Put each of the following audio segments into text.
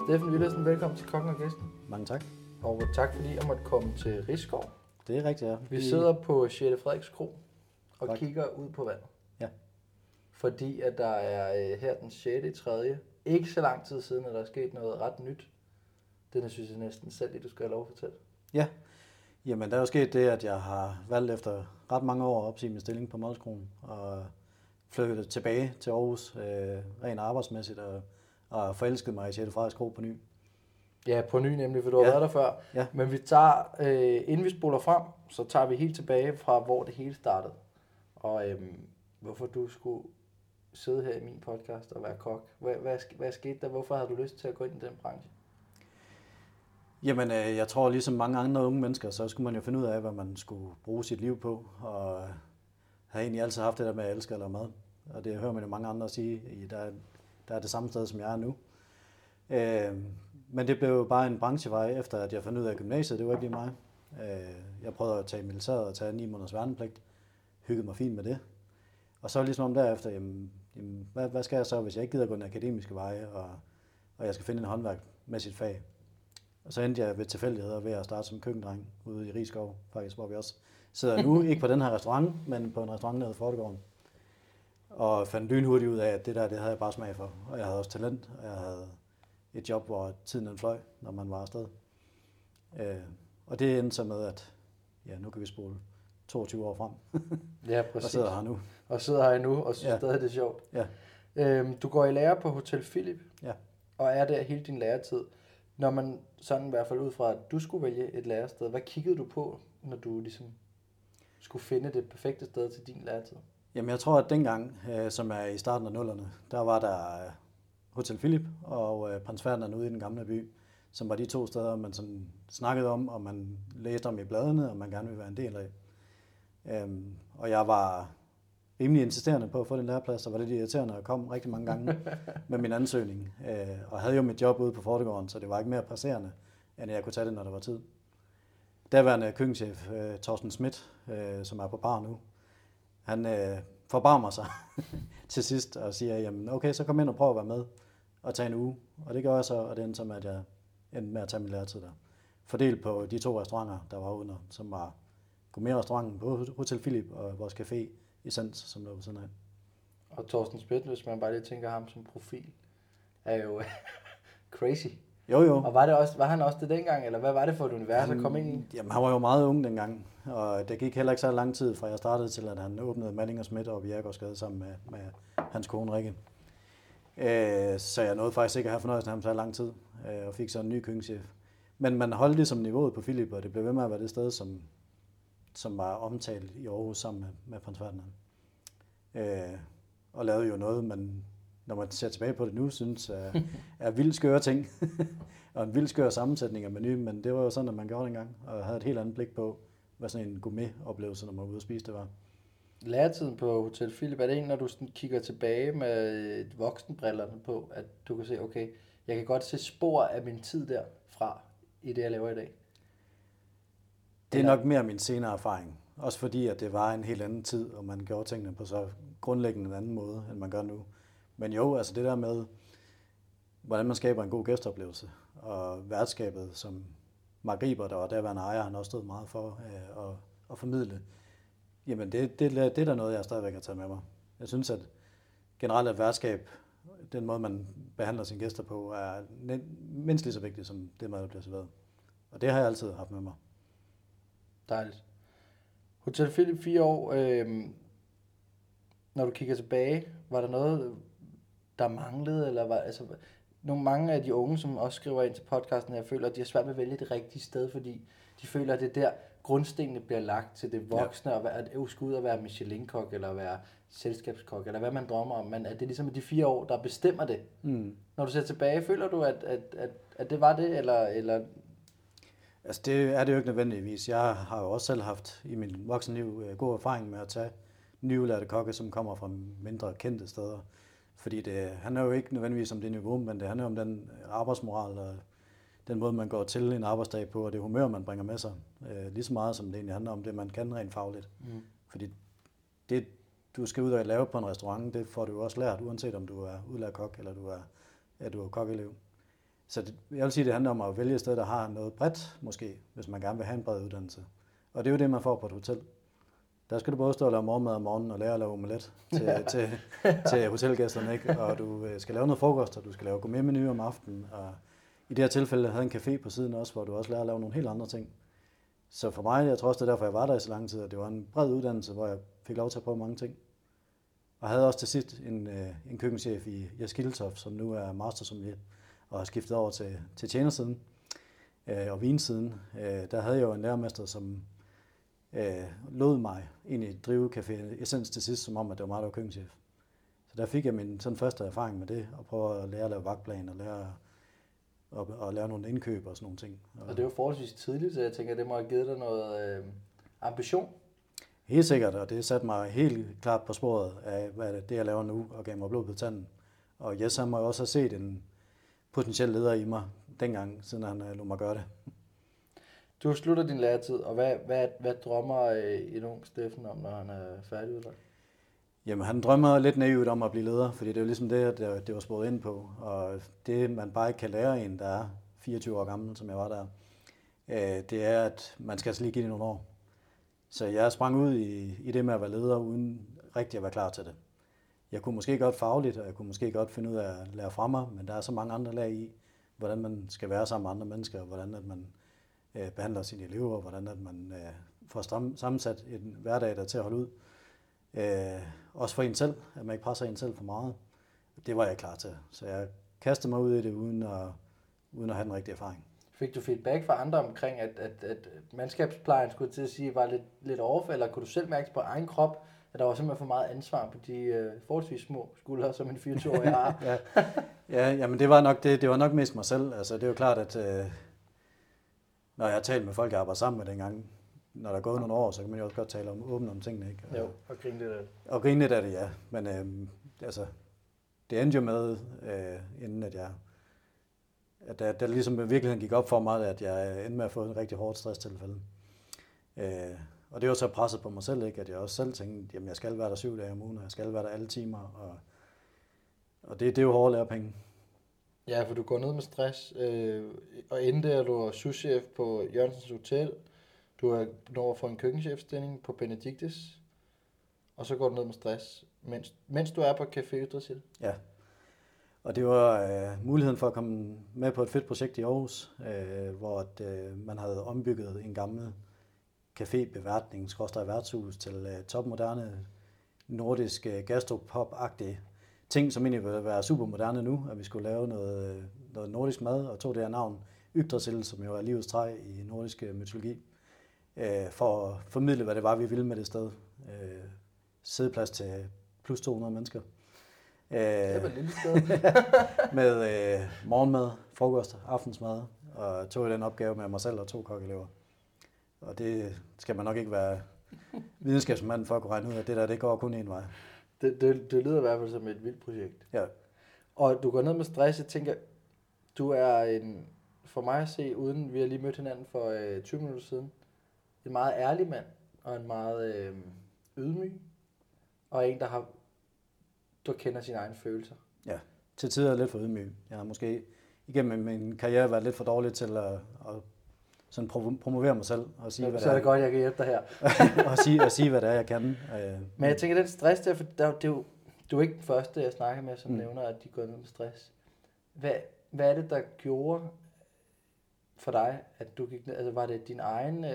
Steffen Willersen, velkommen til Kokken og Gæsten. Mange tak. Og tak fordi jeg måtte komme til Risskov. Det er rigtigt, ja. Vi sidder på Sjette Frederiks Kro og Tak. kigger ud på vandet. Ja. Fordi at der er her den 6.3. Ikke så lang tid siden, at der er sket noget ret nyt. Det synes jeg næsten selv, du skal have lov at fortælle. Ja. Jamen, der er jo sket det, at jeg har valgt efter ret mange år at opsige min stilling på Modskroen og flyttet tilbage til Aarhus rent arbejdsmæssigt og forelsket mig i Sjette Frederiks Kro på ny. Ja, på ny nemlig, for du har været der før. Ja. Men vi tager, inden vi spoler frem, så tager vi helt tilbage fra, hvor det hele startede. Og hvorfor du skulle sidde her i min podcast og være kok. Hvad skete der? Hvorfor havde du lyst til at gå ind i den branche? Jamen, jeg tror ligesom mange andre unge mennesker, så skulle man jo finde ud af, hvad man skulle bruge sit liv på. Og har egentlig altid haft det der med at elske eller mad. Og det hører man jo mange andre sige, der er det samme sted, som jeg er nu. Men det blev jo bare en branchevej, efter at jeg fandt ud af gymnasiet. Det var ikke lige mig. Jeg prøvede at tage militæret og tage 9 måneders værnepligt. Hyggede mig fint med det. Og så ligesom om derefter, jamen, hvad skal jeg så, hvis jeg ikke gider gå den akademiske vej, og jeg skal finde en håndværkmæssigt fag. Og så endte jeg ved tilfældigheder ved at starte som køkkendreng ude i Risskov, faktisk, hvor vi også sidder nu. Ikke på den her restaurant, men på en restaurant nede i Fortegården. Og fandt lynhurtigt ud af, at det havde jeg bare smag for. Og jeg havde også talent, og jeg havde et job, hvor tiden den fløj, når man var afsted. Og det endte så med, at ja, nu kan vi spole 22 år frem. Ja, præcis. Og sidder her nu. Og sidder her nu, og synes stadig, det er sjovt. Ja. Du går i lære på Hotel Philip, Ja. og er der hele din læretid. Når man sådan i hvert fald ud fra, at du skulle vælge et lærested, hvad kiggede du på, når du ligesom skulle finde det perfekte sted til din læretid? Jamen jeg tror, at dengang, som er i starten af 0'erne, der var der Hotel Philip og Prins Ferdinand ude i den gamle by, som var de to steder, man sådan snakkede om, og man læste om i bladene, og man gerne ville være en del af. Og jeg var rimelig insisterende på at få den læreplads, og var lidt irriterende at komme rigtig mange gange med min ansøgning. Og havde jo mit job ude på Fortegården, så det var ikke mere presserende, end jeg kunne tage det, når der var tid. Daværende køkkenchef, Thorsten Schmidt, som er på bar nu, han forbarmer sig til sidst og siger, jamen okay, så kom ind og prøv at være med og tage en uge. Og det gør jeg så, og det endte som, at jeg endte med at tage min læretid der. Fordelt på de 2 restauranter, der var under, som var gourmet-restauranten på Hotel Philip og vores café Essens, som lå ved siden af. Og Thorsten Schmidt, hvis man bare lige tænker ham som profil, er jo crazy. Jo. Og var han også det dengang, eller hvad var det for et univers at komme ind i? Jamen, han var jo meget ung dengang, og det gik heller ikke så lang tid, fra jeg startede til, at han åbnede Malling & Schmidt og Bjergårdsgade sammen med hans kone Rikke. Så jeg nåede faktisk ikke at have fornøjelsen af ham så lang tid, og fik så en ny køkkenchef. Men man holdt ligesom niveauet på Philip, og det blev ved med at være det sted, som var omtalt i Aarhus sammen med Prins Ferdinand. Og lavede jo noget, man, når man ser tilbage på det nu, synes er vildt skøre ting. Og en vildt skør sammensætning af menu, men det var jo sådan, at man gjorde dengang, og havde et helt andet blik på, hvad sådan en gourmet-oplevelse, når man var ude at spise, det var. Læretiden på Hotel Philip, er det en, når du sådan kigger tilbage med voksenbrillerne på, at du kan se, okay, jeg kan godt se spor af min tid derfra i det, jeg laver i dag? Det er nok mere min senere erfaring. Også fordi, at det var en helt anden tid, og man gjorde tingene på så grundlæggende en anden måde, end man gør nu. Men jo, altså det der med, hvordan man skaber en god gæsteoplevelse, og værtskabet, som Mark Riber, der var derværende ejer, han også stod meget for at formidle. Jamen det er der noget, jeg stadigvæk har taget med mig. Jeg synes, at generelt et værtskab, den måde, man behandler sine gæster på, er mindst lige så vigtigt, som det mad, der bliver serveret. Og det har jeg altid haft med mig. Dejligt. Hotel Philip 4 år. Når du kigger tilbage, var der noget, der manglede? Eller var, altså, mange af de unge, som også skriver ind til podcasten, jeg føler, at de har svært ved at vælge det rigtige sted, fordi de føler, at det der grundstenene bliver lagt til det voksne, og at skulle ud og være Michelin-kok, eller være selskabskok, eller hvad man drømmer om, men at det er ligesom de 4 år, der bestemmer det. Mm. Når du ser tilbage, føler du, at det var det, eller? Altså det er det jo ikke nødvendigvis. Jeg har jo også selv haft i min voksenliv god erfaring med at tage nyudlærte kokke, som kommer fra mindre kendte steder. Fordi det handler jo ikke nødvendigvis om det niveau, men det handler om den arbejdsmoral og den måde, man går til en arbejdsdag på, og det humør, man bringer med sig. Lige så meget som det egentlig handler om det, man kan rent fagligt. Mm. Fordi det, du skal ud og lave på en restaurant, det får du jo også lært, uanset om du er udlært kok, eller du er kokkeelev. Så jeg vil sige, det handler om at vælge et sted, der har noget bredt, måske, hvis man gerne vil have en bred uddannelse. Og det er jo det, man får på et hotel. Der skal du både stå og lave morgenmad om morgenen og lære at lave omelet til hotelgæsterne, ikke? Og du skal lave noget frokost, og du skal lave gourmetmenu om aftenen. Og i det her tilfælde havde en café på siden også, hvor du også lærer at lave nogle helt andre ting. Så for mig, jeg tror også, det er derfor, jeg var der i så lang tid, at det var en bred uddannelse, hvor jeg fik lov til at prøve mange ting. Og havde også til sidst en køkkenchef i Jes Kiltoft, som nu er mastersommelier og har skiftet over til tjenersiden og vinsiden. Der havde jeg jo en lærermester, som lod mig egentlig drive Café Essens til sidst, som om, at det var mig, der var køkkenchef. Så der fik jeg min sådan første erfaring med det, og prøve at lære at lave vagtplan og lære at lave nogle indkøb og sådan nogle ting. Og det er jo forholdsvis tidligt, så jeg tænker, at det må have givet dig noget ambition. Helt sikkert, og det satte mig helt klart på sporet af, hvad det jeg laver nu, og gav mig blod på tanden. Og Jes, han må jo også have set en potentiel leder i mig dengang, siden han lod mig gøre det. Du slutter din læretid, og hvad drømmer en ung Steffen om, når han er færdiguddannet? Jamen, han drømmer lidt naivt om at blive leder, fordi det er jo ligesom det var sporet ind på. Og det, man bare ikke kan lære en, der er 24 år gammel, som jeg var der, det er, at man skal altså lige give det nogle år. Så jeg sprang ud i det med at være leder, uden rigtig at være klar til det. Jeg kunne måske godt fagligt, og jeg kunne måske godt finde ud af at lære fra mig, men der er så mange andre lag i, hvordan man skal være sammen med andre mennesker, hvordan at man behandler sine elever, hvordan at man får sammensat en hverdag, der er til at holde ud. Også for en selv, at man ikke presser en selv for meget. Det var jeg klar til, så jeg kastede mig ud i det, uden at have den rigtige erfaring. Fik du feedback fra andre omkring, at mandskabsplejen skulle til at sige, var lidt off, eller kunne du selv mærke på egen krop, at der var simpelthen for meget ansvar på de forholdsvis små skuldre, som en 24-årig har? Jamen det var nok mest mig selv. Altså det er jo klart, at når jeg har talt med folk, jeg arbejder sammen med dengang, når der er gået nogle år, så kan man jo også godt tale åbent om tingene, ikke? Jo, og grine lidt af det. Og grine lidt af det, ja. Men det endte jo med, inden at der ligesom i virkeligheden gik op for mig, at jeg endte med at få en rigtig hårdt stresstilfælde. Og det var så presset på mig selv, ikke? At jeg også selv tænkte, jamen jeg skal være der 7 dage om ugen, og jeg skal være der alle timer, og det er jo hårde lærepenge. Ja, for du går ned med stress, og endte er du souschef på Jørgensens Hotel. Du er nået at få en køkkenchefstilling på Benedictes, og så går du ned med stress, mens du er på Café Yggdrasil. Ja, og det var muligheden for at komme med på et fedt projekt i Aarhus, hvor man havde ombygget en gammel café-beværtning/værtshus til topmoderne nordisk gastropop-agtige ting, som egentlig ville være super moderne nu, at vi skulle lave noget nordisk mad, og tog det her navn Yggdrasil, som jo er livets træ i nordisk mytologi, for at formidle, hvad det var, vi ville med det sted. Sædeplads til plus 200 mennesker. Det var et lille sted. Med morgenmad, frokost, aftensmad, og tog den opgave med mig selv og 2 kokkeelever. Og det skal man nok ikke være videnskabsmand for at kunne regne ud af. Det går kun en vej. Det lyder i hvert fald som et vildt projekt. Ja. Og du går ned med stress, jeg tænker, du er for mig at se, uden vi har lige mødt hinanden for 20 minutter siden, en meget ærlig mand, og en meget ydmyg, og en, der kender sine egne følelser. Ja, til tider lidt for ydmyg. Jeg har måske igennem min karriere været lidt for dårlig til at sådan promovere mig selv og sige, hvad så er det godt, jeg kan hjælpe dig her. og sige, hvad det er, jeg kan. Men jeg tænker, den stress der, for du er ikke den første, jeg snakker med, som nævner, at de går ned med stress. Hvad er det, der gjorde for dig, at du gik ned? Altså, var det din egen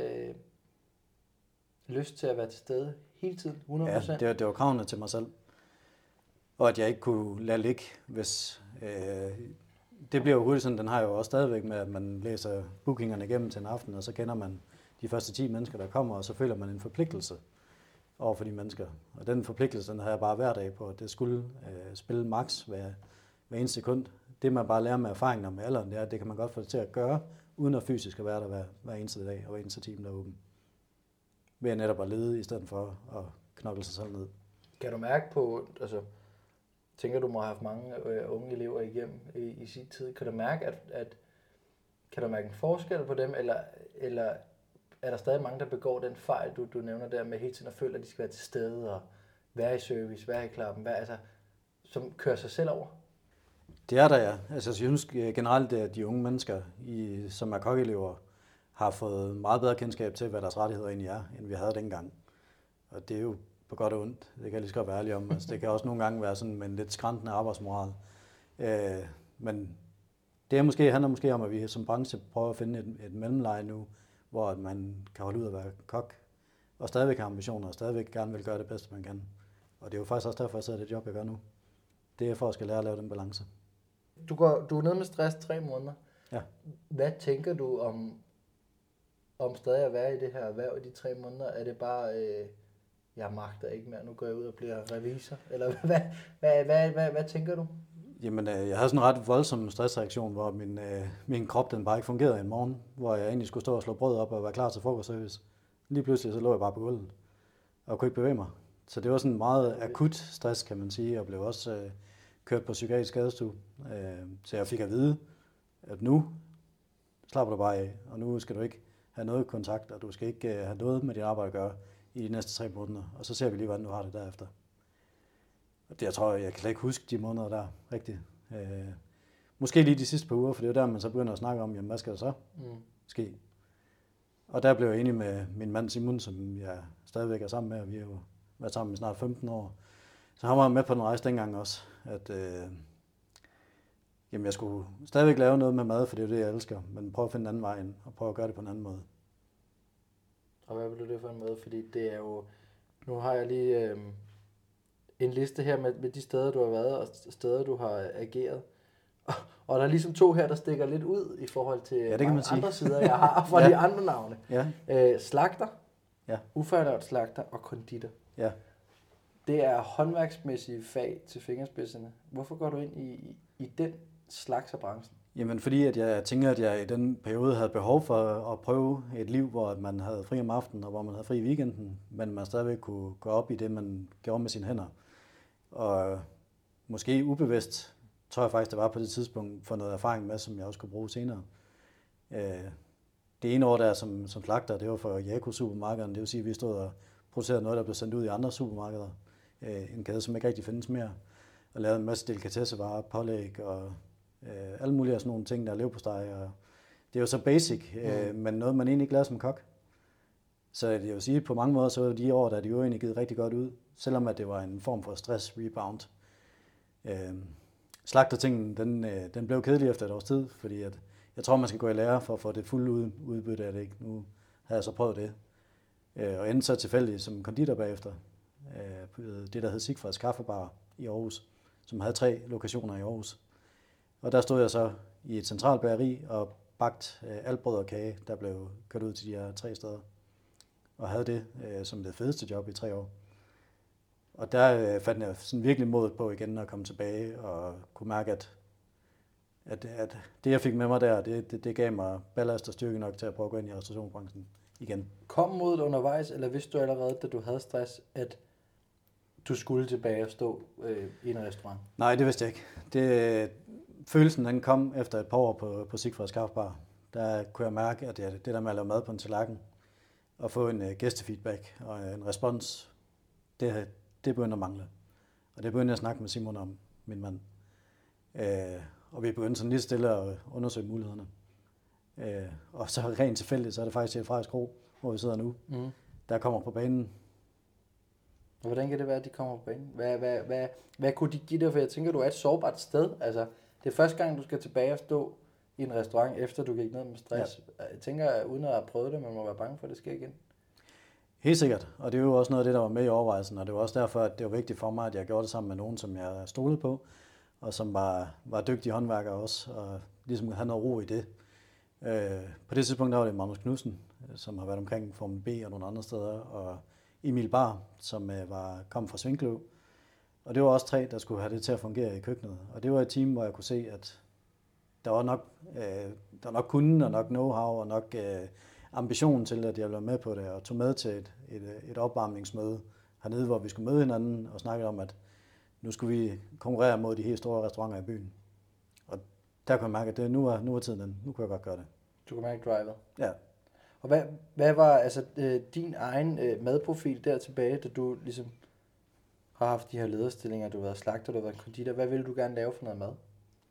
lyst til at være til stede hele tiden, 100%? Ja, det var kravene til mig selv. Og at jeg ikke kunne lade ligge, hvis... det bliver jo hurtigt sådan, den har jo også stadigvæk med, at man læser bookingerne igennem til en aften, og så kender man de første 10 mennesker, der kommer, og så føler man en forpligtelse over for de mennesker. Og den forpligtelse, den havde jeg bare hver dag på, at det skulle spille max hver eneste sekund. Det man bare lærer med erfaringen og med alderen, det er, at det kan man godt få det til at gøre, uden at fysisk at være der hver eneste dag og hver eneste time, der er åben. Ved netop at lede, i stedet for at knokle sig selv ned. Kan du mærke på, altså, tænker du må have haft mange unge elever igennem i sin tid, kan du mærke, kan du mærke en forskel på dem, eller er der stadig mange, der begår den fejl, du nævner der med hele tiden at føle, at de skal være til stede og være i service, være i klappen, som kører sig selv over? Det er der, ja. Altså, jeg synes generelt, at de unge mennesker, som er kokkeelever, har fået meget bedre kendskab til, hvad deres rettigheder egentlig er, end vi havde dengang. Og det er jo på godt og ondt. Det kan jeg lige så godt være ærlig om. Altså, det kan også nogle gange være sådan med en lidt skrantende arbejdsmoral. Men det handler måske om, at vi som branche prøver at finde et mellemleje nu, hvor man kan holde ud at være kok, og stadigvæk have ambitioner, og stadigvæk gerne vil gøre det bedste, man kan. Og det er jo faktisk også derfor, jeg sidder i det job, jeg gør nu. Det er for at skal lære at lave den balance. Du er nede med stress 3 måneder. Ja. Hvad tænker du om stadig at være i det her erhverv i de 3 måneder? Er det bare, jeg magter ikke mere, nu går jeg ud og bliver revisor? Eller hvad tænker du? Jamen, jeg havde sådan en ret voldsom stressreaktion, hvor min krop den bare ikke fungerede en morgen, hvor jeg egentlig skulle stå og slå brød op og være klar til frokostservice. Lige pludselig så lå jeg bare på gulvet og kunne ikke bevæge mig. Så det var sådan en meget akut stress, kan man sige, og blev også kørt på psykiatrisk skadestue. Så jeg fik at vide, at nu slapper du bare af, og nu skal du ikke have noget kontakt, og du skal ikke have noget med dit arbejde at gøre i de næste 3 måneder. Og så ser vi lige, hvordan du har det derefter. Og det, jeg tror, jeg kan slet ikke huske de måneder der rigtigt. Måske lige de sidste par uger, for det er der, man så begynder at snakke om, jamen, hvad skal der så ske? Og der blev jeg enig med min mand Simon, som jeg stadigvæk er sammen med, og vi har jo været sammen i snart 15 år. Så han var med på den rejse dengang også, at jamen, jeg skulle stadigvæk lave noget med mad, for det er det, jeg elsker, men prøve at finde en anden vej ind, og prøve at gøre det på en anden måde. Og hvad vil du det for en måde? Fordi det er jo, nu har jeg lige en liste her med de steder, du har været, og steder, du har ageret. Og der er ligesom 2 her, der stikker lidt ud i forhold til andre sider, jeg har fra de andre navne. Ja. Slagter, ufærdigt slagter og konditor. Ja. Det er håndværksmæssige fag til fingerspidserne. Hvorfor går du ind i den slags af branchen? Jamen fordi at jeg tænker, at jeg i den periode havde behov for at prøve et liv, hvor man havde fri om aftenen, og hvor man havde fri i weekenden, men man stadigvæk kunne gå op i det, man gjorde med sine hænder. Og måske ubevidst, tror jeg faktisk, det var på det tidspunkt, for noget erfaring med, som jeg også kunne bruge senere. Det ene år der som slagter, det var for Jaco-supermarkederne, det vil sige, at vi stod og producerede noget, der blev sendt ud i andre supermarkeder. En kæde, som ikke rigtig findes mere, og lavede en masse delikatessevarer, pålæg og alle mulige af sådan nogle ting, der er leverpostej. Og det er jo så basic, men noget, man egentlig ikke lærer som kok. Så jeg vil sige, at på mange måder, så var de år, der de jo egentlig givet rigtig godt ud, selvom at det var en form for stress-rebound. Slagtertingen, den blev kedelig efter et års tid, fordi at jeg tror, man skal gå i lære for at få det fulde udbytte af det. Ikke? Nu har jeg så prøvet det. Og endte så tilfældigt som konditor bagefter. Det, der hed Sigfrids Kaffebar i Aarhus, som havde 3 lokationer i Aarhus. Og der stod jeg så i et centralt bageri og bagt alt brød og kage, der blev kørt ud til de her 3 steder. Og havde det som det fedeste job i 3 år. Og der fandt jeg sådan virkelig modet på igen at komme tilbage og kunne mærke, at det, jeg fik med mig der, det gav mig ballast og styrke nok til at prøve at gå ind i restaurationsbranchen igen. Kom modet undervejs, eller vidste du allerede, da du havde stress, at du skulle tilbage og stå i en restaurant? Nej, det vidste jeg ikke. Følelsen den kom efter et par år på Sigfrids Kaffebar. Der kunne jeg mærke, at det der med at lave mad på en tallerken, og få en gæstefeedback og en respons, det begyndte at mangle. Og det begyndte jeg at snakke med Simon om, min mand. Og vi begyndte sådan lidt stille at undersøge mulighederne. Og så rent tilfældigt, så er det faktisk et Frejs Kro, hvor vi sidder nu, der kommer på banen. Og hvordan kan det være, at de kommer på banen? Hvad kunne de give dig? For jeg tænker, du er et sårbart sted. Altså, det er første gang, du skal tilbage og stå i en restaurant, efter du gik ned med stress. Ja. Jeg tænker, uden at have prøvet det, man må være bange for, at det sker igen. Helt sikkert, og det er jo også noget af det, der var med i overvejelsen, og det var også derfor, at det var vigtigt for mig, at jeg gjorde det sammen med nogen, som jeg stolede på, og som var dygtige håndværkere også, og ligesom havde noget ro i det. På det tidspunkt, der var det Magnus Knudsen, som har været omkring Formel B og nogle andre steder, og Emil Bar, som kom fra Svinkløv. Og det var også 3, der skulle have det til at fungere i køkkenet. Og det var et team, hvor jeg kunne se, at der var nok kunden og nok know-how og nok ambition til, at jeg ville være med på det, og tog med til et opvarmningsmøde hernede, hvor vi skulle møde hinanden og snakke om, at nu skulle vi konkurrere mod de helt store restauranter i byen. Og der kunne jeg mærke, at nu var tiden den. Nu kunne jeg godt gøre det. Du kunne mærke drivet? Ja. Og hvad var altså din egen madprofil der tilbage, da du ligesom har haft de her lederstillinger, du har været slagter, du har været konditor? Hvad ville du gerne lave for noget mad?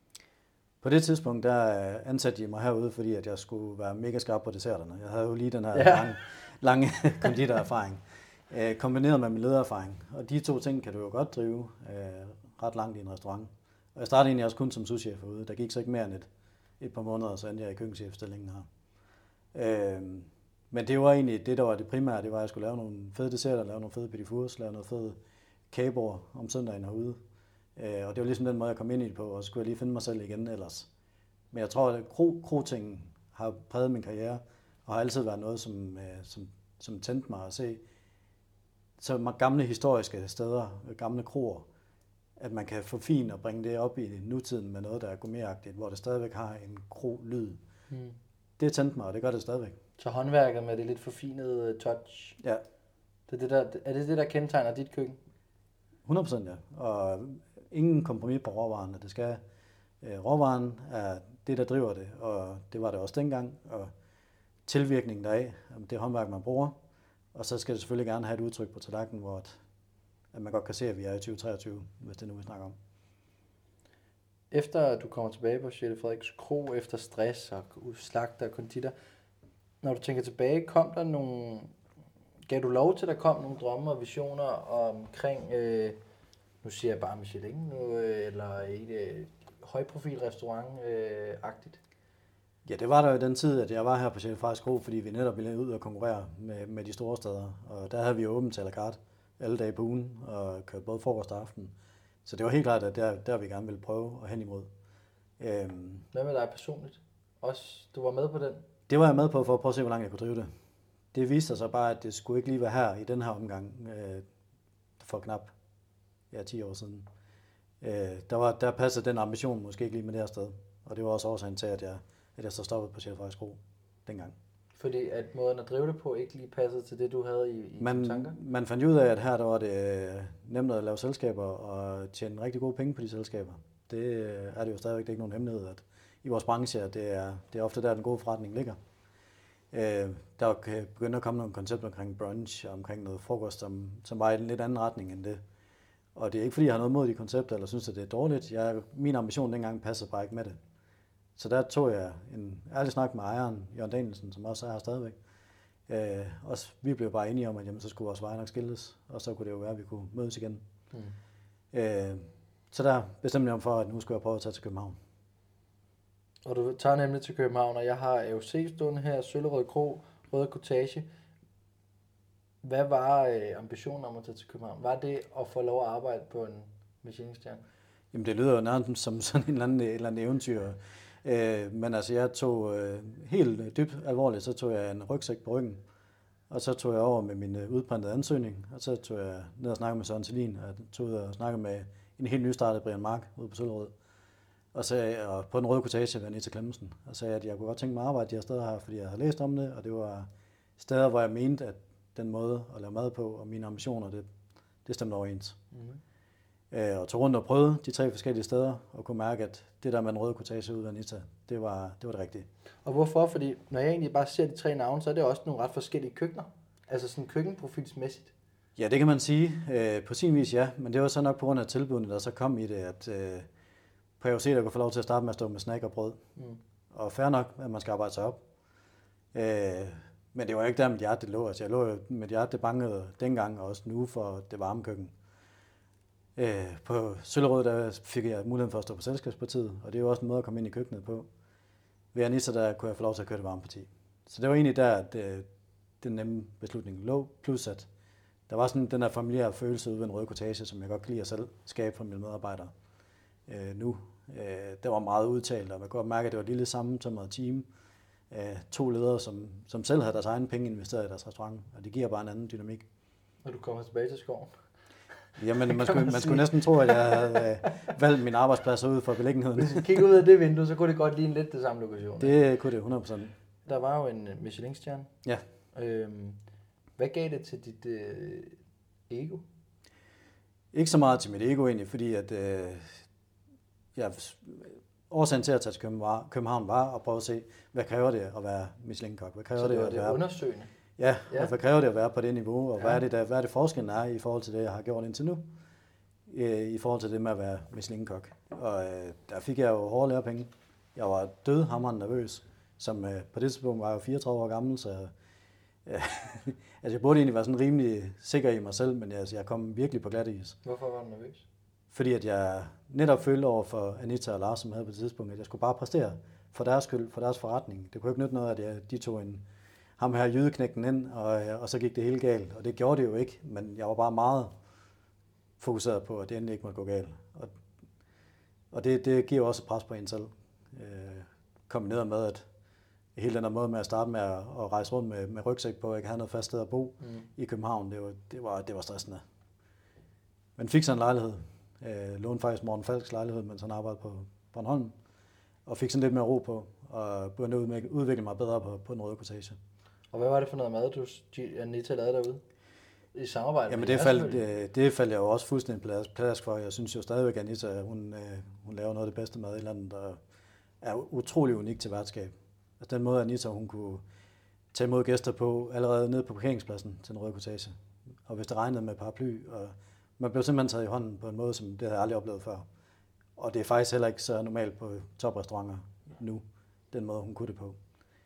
På det tidspunkt, der ansatte de mig herude, fordi at jeg skulle være mega skarp på desserterne. Jeg havde jo lige den her lange konditorerfaring, kombineret med min ledererfaring. Og de to ting kan du jo godt drive ret langt i en restaurant. Og jeg startede egentlig også kun som souschef herude. Der gik så ikke mere end et par måneder, så endte jeg i køkkenchefstillingen her. Men det var egentlig det, der var det primære. Det var, at jeg skulle lave nogle fede desserter, lave nogle fede petit fours, lave noget fede kagebord om søndagen herude. Og det var ligesom den måde, jeg kom ind i det på, og så skulle jeg lige finde mig selv igen ellers. Men jeg tror, at krotingen har præget min karriere, og har altid været noget, som tændte mig at se så gamle historiske steder, gamle kroer, at man kan forfine og bringe det op i nutiden med noget, der er gourmetagtigt, hvor det stadigvæk har en kro-lyd. Det tændte mig, og det gør det stadigvæk. Så håndværket med det lidt forfinede touch. Ja. Er det det, der kendetegner dit køkken? 100%, ja. Og ingen kompromis på råvarerne. Det skal råvaren er det, der driver det, og det var det også dengang. Og tilvirkningen deraf, det håndværk, man bruger. Og så skal det selvfølgelig gerne have et udtryk på tallerkenen, hvor at man godt kan se, at vi er i 2023, hvis det er nu, vi snakker om. Efter du kommer tilbage på Sjæle Frederiks Kro, efter stress og slagter og konditor, når du tænker tilbage, gav du lov til, at der kom nogle drømme og visioner omkring, nu siger jeg bare Michelin, eller et højprofil restaurant-agtigt? Ja, det var der jo i den tid, at jeg var her på Sjæle Frederiks Kro, fordi vi netop ville ud og konkurrere med de store steder. Og der havde vi åbent til à la carte alle dage på ugen, og kørte både frokost og aften. Så det var helt klart, at der vi gerne ville prøve at hen imod. Hvad med dig personligt? Også, du var med på den? Det var jeg med på for at prøve at se, hvor langt jeg kunne drive det. Det viste sig bare, at det skulle ikke lige være her i den her omgang for knap 10 år siden. Der passede den ambition måske ikke lige med det her sted. Og det var også årsagen til, at jeg så stoppede på Sjæle Frederiks Kro dengang. Fordi at måden at drive det på ikke lige passede til det, du havde i dine tanker? Man fandt ud af, at her der var det nemt at lave selskaber og tjene rigtig gode penge på de selskaber. Det er det jo stadigvæk, det er ikke nogen hemmelighed, at i vores branche, at det er ofte der, den gode forretning ligger. Der kan begynde at komme nogle koncepter omkring brunch og omkring noget frokost, som var i en lidt anden retning end det. Og det er ikke fordi, jeg har noget mod de koncepter, eller synes, at det er dårligt. Min ambition dengang passede bare ikke med det. Så der tog jeg en ærlig snak med ejeren, Jørgen Danielsen, som også er her stadigvæk. Vi blev bare enige om, at jamen, så skulle vores veje nok skilles, og så kunne det jo være, at vi kunne mødes igen. Så der bestemte jeg om for, at nu skulle jeg prøve at tage til København. Og du tager nemlig til København, og jeg har AOC stående her, Søllerød Kro, Røde Cottage. Hvad var ambitionen om at tage til København? Var det at få lov at arbejde på en Michelin-stjerne? Jamen det lyder jo nærmest som sådan en eller anden eventyr. Men altså jeg tog helt dybt alvorligt, så tog jeg en rygsæk på ryggen. Og så tog jeg over med min udprintede ansøgning, og så tog jeg ned og snakkede med Søren Selin, og tog ud og snakkede med en helt nystartet Brian Mark ude på Søllerød. Og på den Røde Cottage ved Anita Clemmensen, og sagde, at jeg kunne godt tænke mig at arbejde de her steder her, fordi jeg havde læst om det, og det var steder, hvor jeg mente, at den måde at lave mad på, og mine ambitioner, det stemte overens. Og tog rundt og prøvede de 3 forskellige steder, og kunne mærke, at det der med den Røde Cottage ude ved Anita, det var det rigtige. Og hvorfor? Fordi når jeg egentlig bare ser de 3 navne, så er det også nogle ret forskellige køkkener. Altså sådan køkkenprofilsmæssigt. Ja, det kan man sige. På sin vis ja, men det var så nok på grund af tilbudene, der så kom i det, at på AOC, der kunne få lov til at starte med at stå med snack og brød. Og fair nok, at man skal arbejde sig op. Men det var ikke der, mit hjerte det lå. Altså, jeg lå jo mit hjerte, det bankede dengang, og også nu for det varme køkken. På Søllerød, der fik jeg muligheden for at stå på selskabspartiet, og det er jo også en måde at komme ind i køkkenet på. Ved Anissa, der kunne jeg få lov til at køre det varme parti. Så det var egentlig der, at den nemme beslutning lå, plus at der var sådan den der familiære følelse ude ved en Røde Cottage, som jeg godt kan lide at selv skabe for mine medarbejdere nu. Det var meget udtalt, og man kunne godt mærke, at det var et lille sammensømret team. 2 ledere, som selv havde deres egne penge investeret i deres restaurant, og det giver bare en anden dynamik. Og du kommer tilbage til skoven? Jamen, man skulle næsten tro, at jeg havde valgt min arbejdsplads ud for beliggenheden. Hvis vi kigger ud af det vindue, så kunne det godt ligne lidt det samme lokation. Det kunne det 100%. Der var jo en Michelin-stjerne. Ja. Hvad gav det til dit ego? Ikke så meget til mit ego egentlig, fordi at årsagen til at tage til København var at prøve at se, hvad kræver det at være Michelin-kok? Hvad kræver så det var det at være undersøgende? Ja, og hvad kræver det at være på det niveau, og hvad er det forskellen er i forhold til det, jeg har gjort indtil nu, i forhold til det med at være Michelin-kok. Og der fik jeg jo hårde lærepenge, Jeg var dødhamrende nervøs, som på det tidspunkt var jeg jo 34 år gammel, så altså jeg burde egentlig være sådan rimelig sikker i mig selv, men jeg kom virkelig på glatis. Hvorfor var du nervøs? Fordi at jeg netop følte over for Anita og Lars, som havde på det tidspunkt, at jeg skulle bare præstere for deres skyld, for deres forretning. Det kunne ikke nytte noget, at de tog ham her jydeknægten ind, og så gik det hele galt. Og det gjorde det jo ikke, men jeg var bare meget fokuseret på, at det endelig ikke måtte gå galt. Og det giver også et pres på en selv. Kombineret med, at hele den der måde med at starte med at rejse rundt med rygsæk på, at jeg ikke havde noget fast sted at bo i København, det var stressende. Men fik så en lejlighed. Lånte faktisk Morten Falks lejlighed, mens han arbejdede på Bornholm, og fik sådan lidt mere ro på, og begyndte at udvikle mig bedre på den røde kortage. Og hvad var det for noget mad, Anita lavede derude? I samarbejde? Jamen det faldt jeg jo også fuldstændig plads for. Jeg synes jo stadigvæk, at Anita, hun laver noget af det bedste mad i landet, der er utrolig unik til værtskab. Altså den måde, Anita, hun kunne tage imod gæster på, allerede nede på parkeringspladsen til den røde kortage. Og hvis det regnede med paraply, og man blev simpelthen taget i hånden på en måde, som det havde jeg aldrig oplevet før. Og det er faktisk heller ikke så normalt på toprestauranter nu, den måde, hun kunne det på.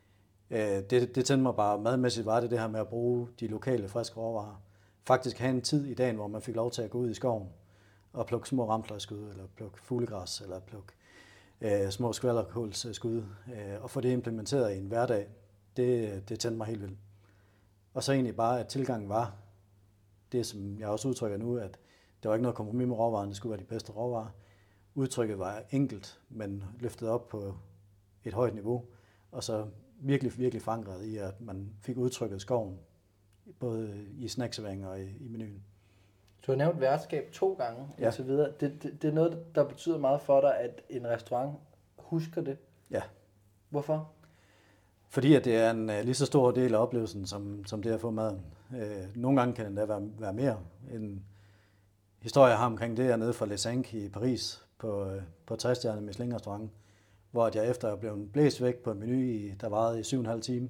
Det tændte mig bare madmæssigt, var det her med at bruge de lokale friske råvarer. Faktisk have en tid i dagen, hvor man fik lov til at gå ud i skoven og plukke små ramfløjskud, eller plukke fuglegræs, eller plukke små skvalderkålsskud, og få det implementeret i en hverdag. Det tændte mig helt vildt. Og så egentlig bare, at tilgangen var det, som jeg også udtrykker nu, at der var ikke noget kompromis med råvarerne, det skulle være de bedste råvarer. Udtrykket var enkelt, men løftet op på et højt niveau, og så virkelig, virkelig forankret i, at man fik udtrykket skoven, både i snackservering og i menuen. Du har nævnt værtskab 2 gange, ja. Og så videre. Det er noget, der betyder meget for dig, at en restaurant husker det? Ja. Hvorfor? Fordi at det er en lige så stor del af oplevelsen, som det at få maden. Nogle gange kan det da være mere. En historie, jeg har omkring det, er nede fra Les Cinq i Paris, på 60-stjernede Michelin-restaurant, hvor jeg efter at blev blæst væk på en menu, der varede i 7,5 timer,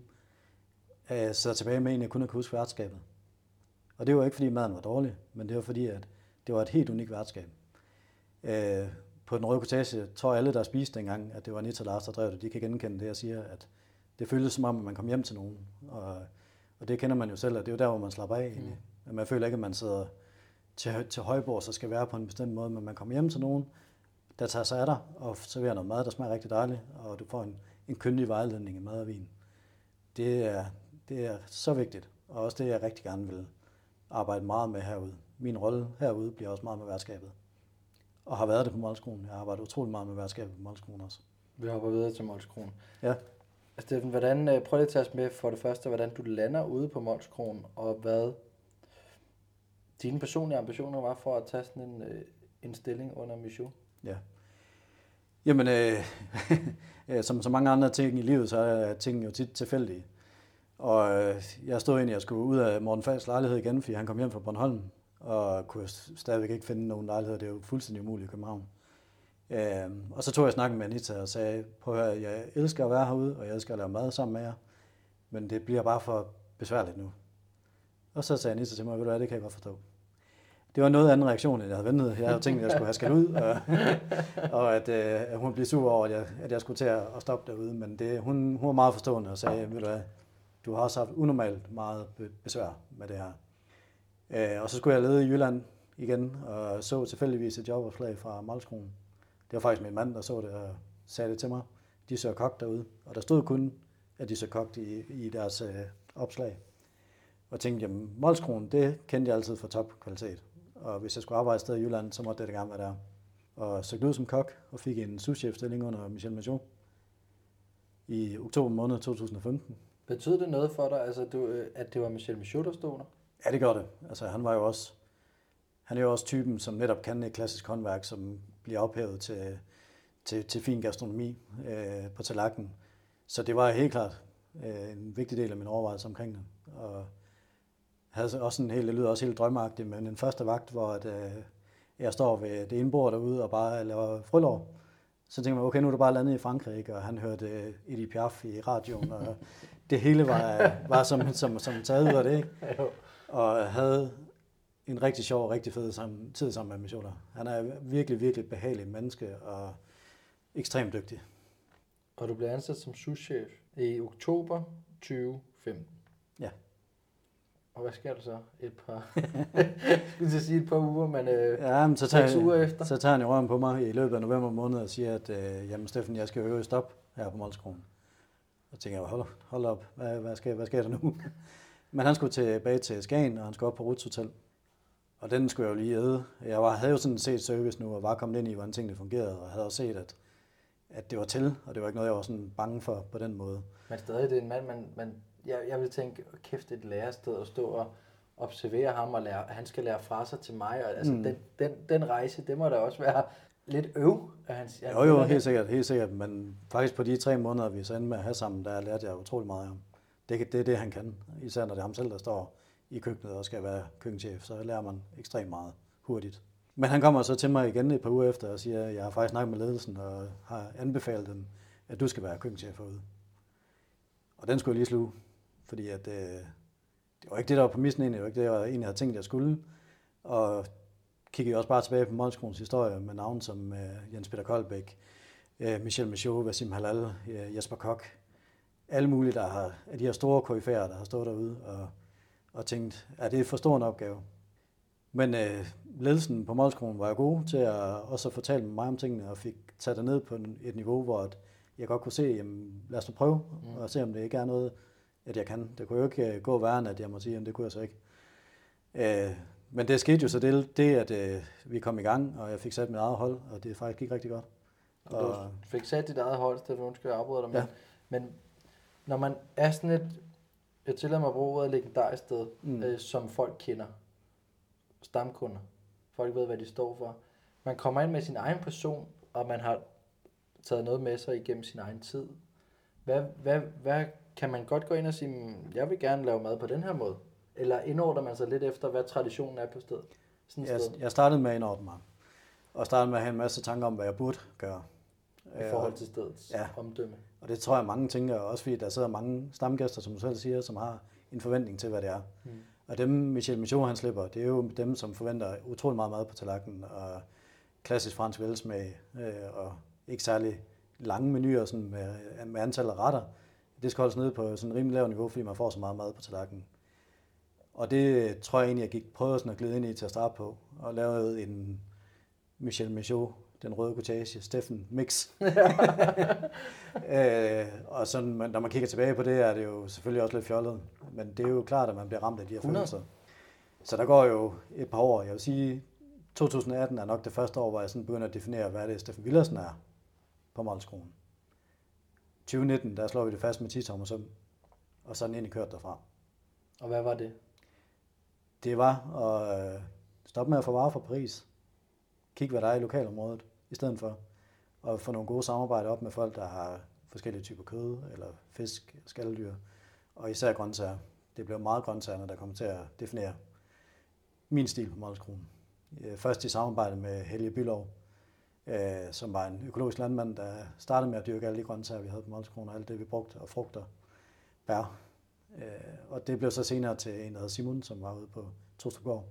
sad tilbage med en, jeg kunne huske værtskabet. Og det var ikke, fordi maden var dårlig, men det var fordi, at det var et helt unikt værtskab. På den røde kortage tror alle, der spiste dengang, at det var Anita og Lars, der drev det. De kan genkende det, jeg siger, at det føltes som om, at man kom hjem til nogen. Og det kender man jo selv, at det er jo der, hvor man slapper af. Mm. Man føler ikke, at man sidder til højbord, så skal være på en bestemt måde, men man kommer hjem til nogen, der tager sig af dig og serverer noget mad, der smager rigtig dejligt, og du får en kyndig vejledning i mad og vin. Det er så vigtigt, og også det, jeg rigtig gerne vil arbejde meget med herude. Min rolle herude bliver også meget med værtskabet, og har været det på Molskroen. Jeg har arbejdet utrolig meget med værtskabet på Molskroen også. Vi hopper videre til Molskroen. Ja. Steffen, prøv lige at tage os med for det første, hvordan du lander ude på Molskroen, og hvad dine personlige ambitioner var for at tage sådan en stilling under Michaud? Ja. Jamen, som så mange andre ting i livet, så er tingene jo tit tilfældige. Og jeg stod egentlig, jeg skulle ud af Morten Falks lejlighed igen, fordi han kom hjem fra Bornholm, og kunne stadigvæk ikke finde nogen lejlighed. Det er jo fuldstændig umuligt i København. Og så tog jeg snakken med Anita og sagde, prøv at høre, jeg elsker at være herude, og jeg elsker at lave mad sammen med jer, men det bliver bare for besværligt nu. Og så sagde Anita til mig, ved du hvad, det kan jeg godt forstå. Det var noget anden reaktion, end jeg havde ventet. Jeg havde tænkt, at jeg skulle have skæld ud, og at hun blev sur over, at jeg skulle til at stoppe derude. Men hun var meget forstående og sagde, ved du hvad, du har også haft unormalt meget besvær med det her. Og så skulle jeg lede i Jylland igen, og så tilfældigvis et jobopslag fra Molskroen. Det var faktisk min mand, der så det og sagde det til mig. De søger kok derude, og der stod kun, at de søger kok i deres opslag. Og tænkte, jamen Molskroen, det kendte jeg altid for topkvalitet. Og hvis jeg skulle arbejde et sted i Jylland, så måtte det gerne være der. Og søgte ud som kok og fik en souschef-stilling under Michel Michaud i oktober måned 2015. Betød det noget for dig, altså, at det var Michel Michaud, der stod der? Ja, det gør det. Altså, han er jo også typen, som netop kan et klassisk håndværk, som bliver ophævet til fin gastronomi på tallerkenen. Så det var helt klart en vigtig del af min overvejelse omkring det. Og havde også det lyder også helt drømmeagtigt, men den første vagt, hvor jeg står ved det ene bord derude og bare laver frølår, så tænkte man, okay, nu er du bare landet i Frankrig, ikke? Og han hørte Edith Piaf i radioen, og det hele var som taget ud af det, ikke? Og havde en rigtig sjov og rigtig fed tid sammen med Michaud. Han er virkelig, virkelig behagelig menneske og ekstremt dygtig. Og du blev ansat som souschef i oktober 2015. Ja. Og hvad sker der så? Et par, skulle jeg sige et par uger, men Ja, men 6 uger efter. Så tager han i røven på mig i løbet af november måned og siger, at jamen Steffen, jeg skal øve i stop her på Molskronen. Og tænker jeg, hold op, hvad sker der nu? Men han skulle tilbage til Skagen, og han skulle op på Ruts Hotel. Og den skulle jeg jo lige æde. Havde jo sådan set service nu, og var kommet ind i, hvordan tingene fungerede, og havde også set, at det var til, og det var ikke noget, jeg var sådan bange for på den måde. Men stadig, det er en mand, jeg vil tænke, kæft et lærested at stå og observere ham, og han skal lære fra sig til mig. Og, altså, den rejse, det må da også være lidt af hans... Jo, helt sikkert. Men faktisk på de 3 måneder, vi så endte med at have sammen, der lærte jeg utrolig meget om. Det er det, han kan. Især når det er ham selv, der står i køkkenet og skal være køkkenchef, så lærer man ekstremt meget hurtigt. Men han kommer så til mig igen et par uger efter og siger, at jeg har faktisk snakket med ledelsen og har anbefalet dem, at du skal være køkkenchef herude. Og den skulle jeg lige sluge, fordi at, det var ikke det, der var præmissen egentlig. Det var ikke det, jeg egentlig havde tænkt, jeg skulle. Og kiggede også bare tilbage på Molskronens historie med navn som Jens Peter Koldbæk, Michel Michaud, Wassim Hallal, Jesper Kok. Alle mulige af de her store koryfærer, der har stået derude og tænkt, er det for stor en opgave? Men ledelsen på Molskronen var jo god til at også fortælle mig om tingene, og fik taget det ned på et niveau, hvor jeg godt kunne se, jamen, lad os nu prøve, og se om det ikke er noget, at jeg kan. Det kunne jo ikke gå værre end, at jeg må sige, at det kunne jeg så ikke. Men det skete jo så det at vi kom i gang, og jeg fik sat mit eget hold, og det faktisk gik rigtig godt. Og du fik sat dit eget hold, Steffen, undskyld, jeg afbryder dig. Ja. Men når man er sådan jeg tillader mig at bruge ordet legendarisk sted, som folk kender, stamkunder, folk ved, hvad de står for. Man kommer ind med sin egen person, og man har taget noget med sig igennem sin egen tid. Hvad kan man godt gå ind og sige, jeg vil gerne lave mad på den her måde? Eller indordner man sig lidt efter, hvad traditionen er på stedet? Jeg startede med at indordne mig, og startede med at have en masse tanker om, hvad jeg burde gøre. I forhold til stedets omdømme. Og det tror jeg, mange tænker, også fordi der sidder mange stamgæster, som du selv siger, som har en forventning til, hvad det er. Og dem, Michel Michaud, han slipper, det er jo dem, som forventer utrolig meget mad på tallerkenen, og klassisk fransk velsmag, og ikke særlig lange menuer sådan med antal af retter. Det skal holdes nede på sådan en rimelig lavt niveau, fordi man får så meget mad på tallerkenen. Og det tror jeg egentlig, jeg prøvede sådan at glide ind i til at starte på, og lavede en Michel Michaud, den røde cottage, Steffen mix. Og sådan, når man kigger tilbage på det, er det jo selvfølgelig også lidt fjollet. Men det er jo klart, at man bliver ramt af de her følelser. Så der går jo et par år. Jeg vil sige, 2018 er nok det første år, hvor jeg sådan begynder at definere, hvad det er, Steffen Willersen er på Molskronen. 2019, der slår vi det fast med 10 tommer søm, og så er den egentlig kørt derfra. Og hvad var det? Det var at stoppe med at få varer fra Paris. Kig, hvad der er i lokalområdet, i stedet for at få nogle gode samarbejder op med folk, der har forskellige typer kød, eller fisk, skaldyr, og især grøntsager. Det blev meget grøntsagerne, der kommer til at definere min stil på Molskronen. Først i samarbejde med Helge Bylov, som var en økologisk landmand, der startede med at dyrke alle de grøntsager, vi havde på Molskronen, og alt det, vi brugte, og frugter, bær. Og det blev så senere til en, der hed Simon, som var ude på Tostrupgård.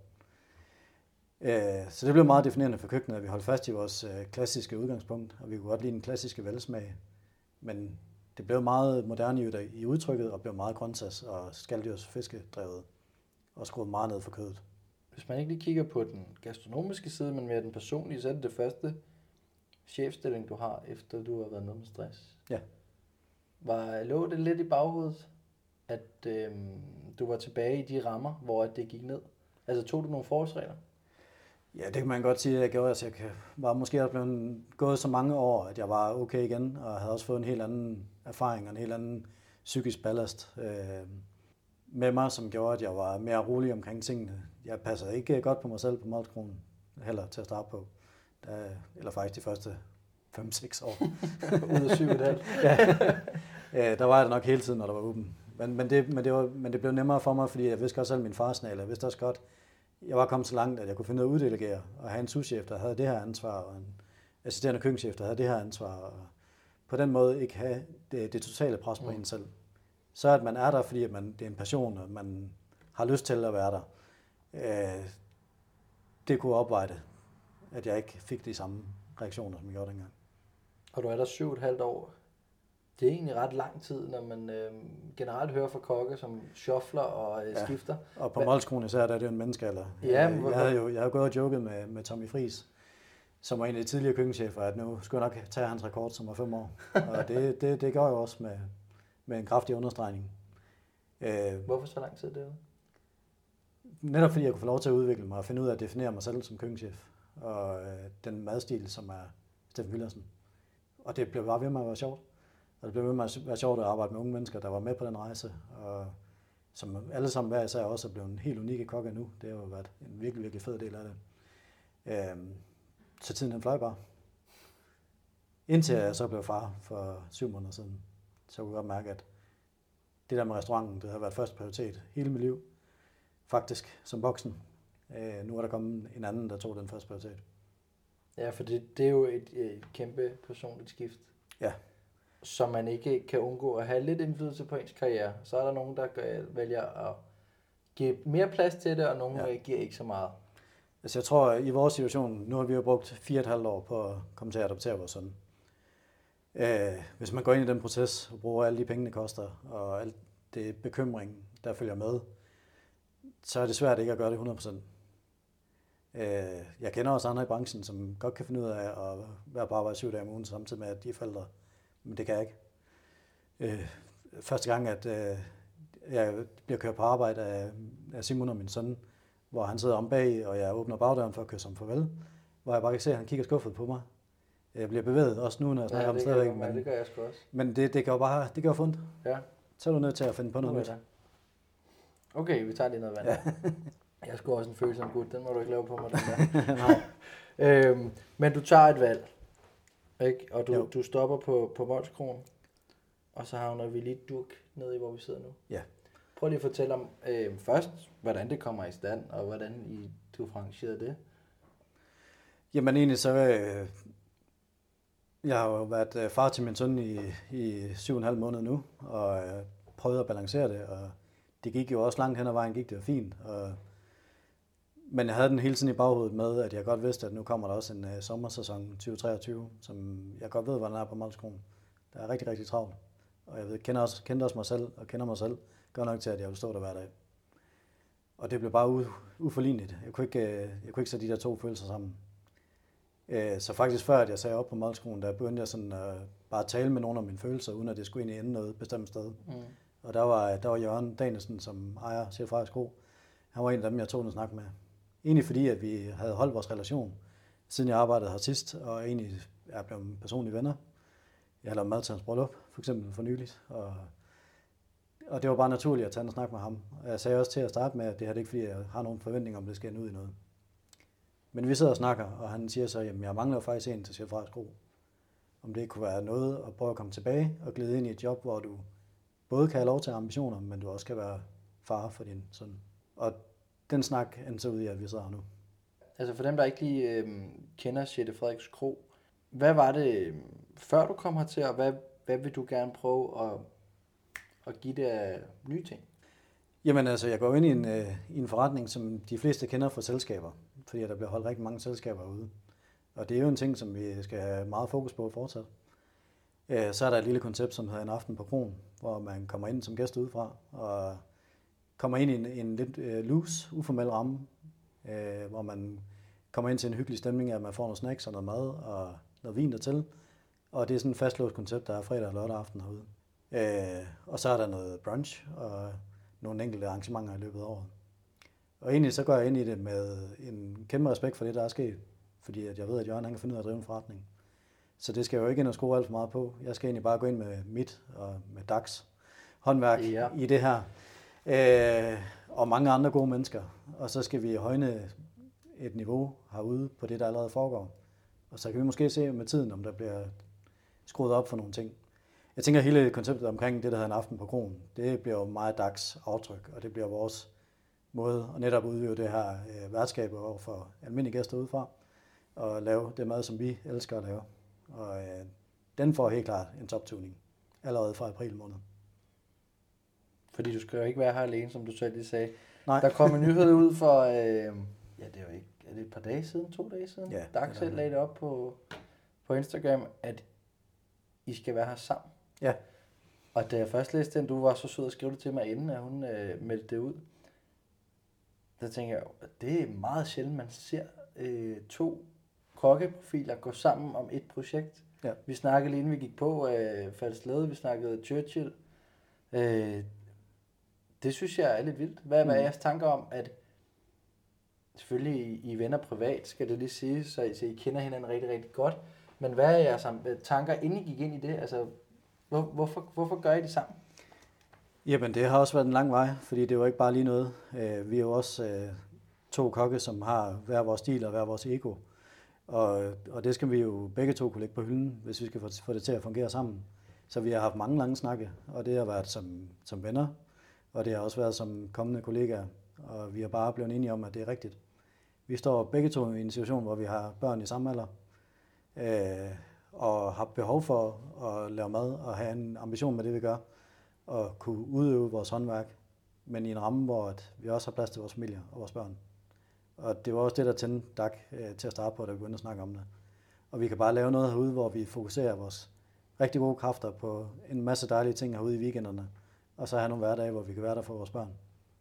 Så det blev meget definerende for køkkenet, at vi holdt fast i vores klassiske udgangspunkt, og vi kunne godt lide den klassiske velsmag, men det blev meget moderne i udtrykket, og blev meget grøntsags- og skaldyrs fiskedrevet, og skruet meget ned for kødet. Hvis man ikke lige kigger på den gastronomiske side, men mere den personlige, så er det første chefstilling, du har, efter du har været nede med stress. Ja. Lå det lidt i baghovedet, at du var tilbage i de rammer, hvor det gik ned? Altså tog du nogle forholdsregler? Ja, det kan man godt sige, at jeg gjorde. Altså, jeg var måske også blevet gået så mange år, at jeg var okay igen, og havde også fået en helt anden erfaring og en helt anden psykisk ballast med mig, som gjorde, at jeg var mere rolig omkring tingene. Jeg passede ikke godt på mig selv på Molskronen, heller til at starte på. Eller faktisk de første 5-6 år. Ud af 7,5. Ja, der var jeg nok hele tiden, når der var åben. Men det blev nemmere for mig, fordi jeg vidste også selv min farsignal. Jeg vidste også godt, jeg var kommet så langt, at jeg kunne finde ud af at uddelegere og have en souschef, der havde det her ansvar, og en assisterende køkkenchef, der havde det her ansvar, og på den måde ikke have det totale pres på en selv. Så at man er der, fordi at det er en passion, og man har lyst til at være der. Det kunne opveje det, at jeg ikke fik de samme reaktioner, som jeg gjorde dengang. Og du er der 7,5 år. Det er egentlig ret lang tid, når man generelt hører fra kokke, som shuffler og skifter. Og på Molskroen især, der er det jo en menneskealder. Ja, jeg har gået og joket med Tommy Friis, som var en af de tidligere køkkenchefer, at nu skulle jeg nok tage hans rekord, som var 5 år. Og det gør jeg også med en kraftig understregning. Hvorfor så lang tid det? Netop fordi jeg kunne få lov til at udvikle mig og finde ud af at definere mig selv som køkkenchef. Og den madstil, som er Steffen Willersen. Og det blev bare ved med at være sjovt. Og det blev ved med at være sjovt at arbejde med unge mennesker, der var med på den rejse. Og som alle sammen hver især også er blevet en helt unikke kokke nu. Det har jo været en virkelig, virkelig fed del af det. Så tiden den fløj bare. Indtil jeg så blev far for 7 måneder siden, så kunne jeg godt mærke, at det der med restauranten, det har været første prioritet hele mit liv. Faktisk som voksen. Nu er der kommet en anden, der tog den første prioritet. Ja, for det er jo et kæmpe personligt skift. Ja. Så man ikke kan undgå at have lidt indflydelse på ens karriere. Så er der nogen, der vælger at give mere plads til det, og nogen giver ikke så meget. Altså jeg tror, i vores situation, nu har vi jo brugt 4,5 år på at komme til at adoptere vores søn. Hvis man går ind i den proces og bruger alle de penge, det koster, og alt det bekymring, der følger med, så er det svært ikke at gøre det 100%. Jeg kender også andre i branchen, som godt kan finde ud af at være på arbejde 7 dage om ugen, samtidig med, at de er forældre. Men det kan jeg ikke. Første gang, at jeg bliver kørt på arbejde af Simon og min søn, hvor han sidder om bag, og jeg åbner bagdøren for at køre som farvel, hvor jeg bare kan se, at han kigger skuffet på mig. Jeg bliver bevæget, også nu, når jeg snakker om stadigvæk. Men det gør jeg sgu også. Men det gør jo bare, det gør fundet. Ja. Så er du nødt til at finde på noget nyt. Okay, vi tager lige noget vand. Ja. Jeg skulle også en følelse om gut, den må du ikke lave på mig, den der. Men du tager et valg, ikke? Og du stopper på Molskroen, og så havner vi lige duk nede i, hvor vi sidder nu. Ja. Prøv lige at fortælle om først, hvordan det kommer i stand, og hvordan du franchiserede det. Jamen egentlig så, jeg har jo været far til min søn i 7,5 måneder nu, og prøvet at balancere det, og det gik jo også langt hen ad vejen, gik det jo fint. Men jeg havde den hele tiden i baghovedet med, at jeg godt vidste, at nu kommer der også en sommersæson 2023, som jeg godt ved, hvordan er på Molskroen. Der er rigtig, rigtig travlt. Og jeg kender også mig selv, og kender mig selv godt nok til, at jeg vil stå der hver dag. Og det blev bare uforligneligt. Jeg kunne ikke sætte de der to følelser sammen. Så faktisk før, at jeg sagde op på Molskroen, der begyndte jeg sådan bare at tale med nogle af mine følelser, uden at det skulle ind i ende noget bestemt sted. Mm. Og der var Jørgen Danielsen, som ejer Chef Frederiks Kro. Han var en af dem, jeg tog en snak med. Egentlig fordi, at vi havde holdt vores relation, siden jeg arbejdede her sidst, og egentlig er blevet personlige venner. Jeg har lavet mad til hans bryllup, for eksempel for nyligt. Og det var bare naturligt at tage en snak med ham. Og jeg sagde også til at starte med, at det her det ikke fordi, jeg har nogen forventninger om, det skal ende ud i noget. Men vi sidder og snakker, og han siger så, at jeg mangler faktisk en til Chef Frederiks Kro. Om det kunne være noget at prøve at komme tilbage og glide ind i et job, hvor du både kan have lov til ambitioner, men du også kan være far for din søn. Og den snak endte så ud i, at vi sidder her nu. Altså for dem, der ikke lige kender Chef Frederiks Kro, hvad var det, før du kom hertil, og hvad vil du gerne prøve at give det af nye ting? Jamen altså, jeg går ind i en forretning, som de fleste kender fra selskaber, fordi der bliver holdt rigtig mange selskaber ude. Og det er jo en ting, som vi skal have meget fokus på fortsat. Så er der et lille koncept, som hedder En Aften på Kroen, hvor man kommer ind som gæst udefra, og kommer ind i en lidt loose, uformel ramme, hvor man kommer ind til en hyggelig stemning, at man får noget snacks og noget mad og noget vin dertil. Og det er sådan et fastlåst koncept, der er fredag og lørdag aften herude. Og så er der noget brunch og nogle enkelte arrangementer i løbet af året. Og egentlig så går jeg ind i det med en kæmpe respekt for det, der er sket. Fordi at jeg ved, at Jørgen han kan finde ud af at drive en forretning. Så det skal jeg jo ikke ind og skrue alt for meget på. Jeg skal egentlig bare gå ind med mit og med Dags håndværk i det her. Og mange andre gode mennesker. Og så skal vi højne et niveau herude på det, der allerede foregår. Og så kan vi måske se med tiden, om der bliver skruet op for nogle ting. Jeg tænker, at hele konceptet omkring det, der hedder En Aften på Kroen, det bliver jo meget Dags aftryk, og det bliver vores måde at netop udøve det her værtskab over for almindelige gæster udefra, og lave det mad, som vi elsker at lave. Og den får helt klart en top-tuning allerede fra april måned. Fordi du skal jo ikke være her alene, som du selv lige sagde. Nej. Der kom en nyhed ud for, det er jo ikke, er det et par dage siden, 2 dage siden? Ja, Dag selv lagde det op på Instagram, at I skal være her sammen. Ja. Og da jeg først læste den, du var så sød at skrive det til mig inden, at hun meldte det ud, der tænker jeg, at det er meget sjældent, man ser 2 kokkeprofiler gå sammen om et projekt. Ja. Vi snakkede lige inden vi gik på Falslade, vi snakkede Churchill. Det synes jeg er lidt vildt. Hvad er jeres tanker om, at selvfølgelig I venner privat, skal det lige sige, så I kender hinanden rigtig, rigtig godt. Men hvad er jeres tanker, inden I gik ind i det? Altså, hvorfor gør I det sammen? Jamen, det har også været en lang vej, fordi det var ikke bare lige noget. Vi er jo også 2 kokke, som har hver vores stil og hver vores ego. Og det skal vi jo begge 2 kunne lægge på hylden, hvis vi skal få det til at fungere sammen. Så vi har haft mange lange snakke, og det har været som venner, og det har også været som kommende kollegaer. Og vi har bare blevet enige om, at det er rigtigt. Vi står begge 2 i en situation, hvor vi har børn i samme alder, og har behov for at lave mad og have en ambition med det, vi gør, og kunne udøve vores håndværk, men i en ramme, hvor vi også har plads til vores familie og vores børn. Og det var også det, der tændte Dag til at starte på, da vi begyndte at snakke om det. Og vi kan bare lave noget herude, hvor vi fokuserer vores rigtig gode kræfter på en masse dejlige ting herude i weekenderne, og så have nogle hverdage, hvor vi kan være der for vores børn.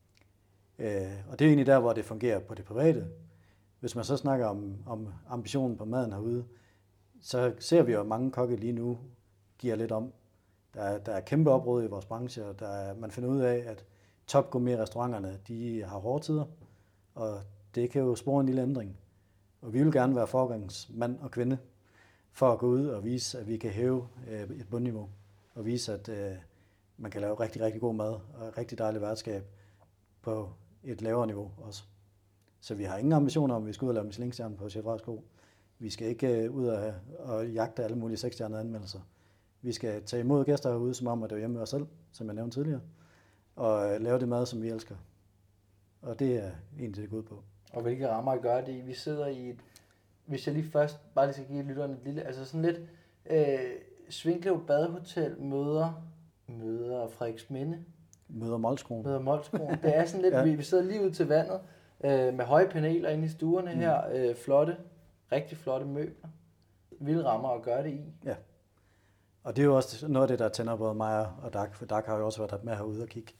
Og det er egentlig der, hvor det fungerer på det private. Hvis man så snakker om ambitionen på maden herude, så ser vi jo, at mange kokke lige nu giver lidt om. Der er kæmpe opbrud i vores branche, og man finder ud af, at topgourmet-restauranterne, de har hårde tider, og det kan jo spore en lille ændring. Og vi vil gerne være forgangsmand og kvinde for at gå ud og vise, at vi kan hæve et bundniveau, og vise, at man kan lave rigtig, rigtig god mad og rigtig dejligt værtskab på et lavere niveau også. Så vi har ingen ambitioner om, at vi skal ud og lave Michelin-stjerne på Chef Rasko. Vi skal ikke ud og jagte alle mulige 6-stjernede anmeldelser. Vi skal tage imod gæster herude, som om at det er hjemme med os selv, som jeg nævnte tidligere, og lave det mad, som vi elsker. Og det er egentlig det går ud på. Og hvilke rammer gør det i? Vi sidder i et, hvis jeg lige først bare lige skal give lytterne et lille, altså sådan lidt Svinkløv Badehotel møder Frederiksminde. Møder Molskroen. Det er sådan lidt, ja. Vi sidder lige ud til vandet med høje paneler inde i stuerne her, rigtig flotte møbler. Vilde rammer at gøre det i. Ja. Og det er jo også noget af det, der tænder både mig og Dag, for Dag har jo også været med herude og kigge.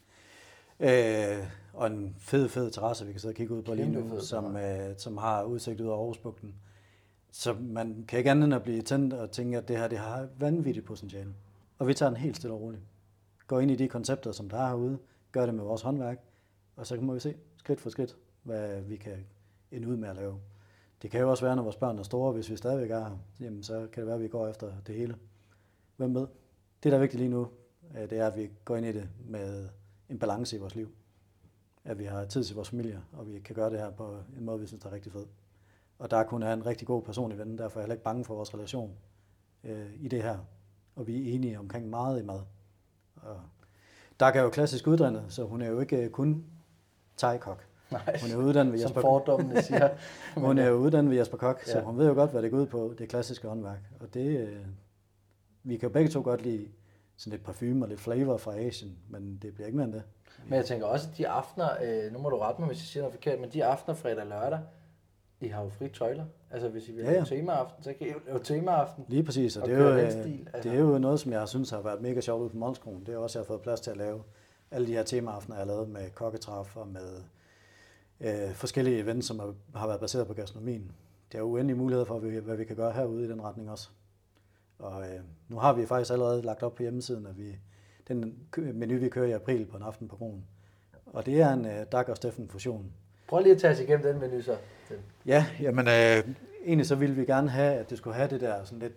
Og en fed terrasse, vi kan sidde og kigge ud på lige nu, som har udsigt ud over Aarhusbugten. Så man kan ikke andet end at blive tændt og tænke, at det her det har vanvittigt potentiale. Og vi tager den helt stille og roligt. Går ind i de koncepter, som der er herude, gør det med vores håndværk, og så må vi se skridt for skridt, hvad vi kan ende ud med at lave. Det kan jo også være, når vores børn er store, hvis vi stadigvæk er her, jamen så kan det være, at vi går efter det hele. Hvem ved? Det, der er vigtigt lige nu, det er, at vi går ind i det med en balance i vores liv. At vi har tid til vores familie, og vi kan gøre det her på en måde, vi synes, der er rigtig fed. Og der kun er en rigtig god personlig ven, derfor er jeg heller ikke bange for vores relation i det her. Og vi er enige omkring meget i mad. Og der er jo klassisk uddannet, så hun er jo ikke kun thai-kok. Nej, hun er uddannet ved Jesper fordommene siger. Hun er jo uddannet ved Jesper Kok, så hun ved jo godt, hvad det går ud på, det klassiske håndværk. Og det, vi kan jo begge to godt lide sådan lidt parfume og lidt flavor fra Asien, men det bliver ikke mere end det. Men jeg tænker også, at de aftener, nu må du rette mig, hvis jeg siger noget forkert, men de aftener fredag og lørdag, I har jo fri tøjler. Altså hvis I vil have temaaften, så kan I jo lave temaaften. Lige præcis, og det er jo noget, som jeg synes har været mega sjovt ude på Molskroen. Det er også, jeg har fået plads til at lave alle de her temaaftener, jeg har lavet med kokketræf og med forskellige events, som har været baseret på gastronomien. Det er jo uendelige muligheder for, hvad vi kan gøre herude i den retning også. Og nu har vi faktisk allerede lagt op på hjemmesiden, at den menu, vi kører i april på en aften på Kronen. Og det er en Dag og Steffen fusion. Prøv lige at tage os igennem den menu så. Ja, jamen egentlig så ville vi gerne have, at det skulle have det der sådan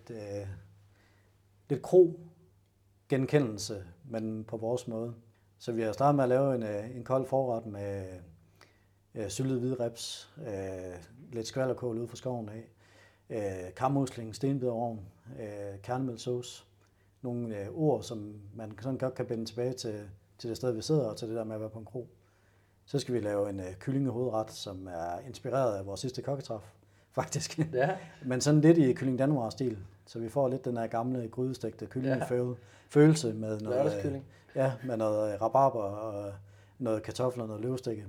lidt kro-genkendelse, men på vores måde. Så vi har startet med at lave en kold forret med syltet hvidribs, lidt skvalderkål ude fra skoven af, kammusling, stenbiderovn, kernemælsauce. Nogle ord, som man sådan godt kan binde tilbage til det sted, vi sidder, og til det der med at være på en kro. Så skal vi lave en kyllingehovedret, som er inspireret af vores sidste kokketræf, faktisk. Ja. Men sådan lidt i kylling Danois-stil, så vi får lidt den her gamle grydestegte kyllingefølelse med noget, med noget rabarber og noget kartofler og noget løvstikke.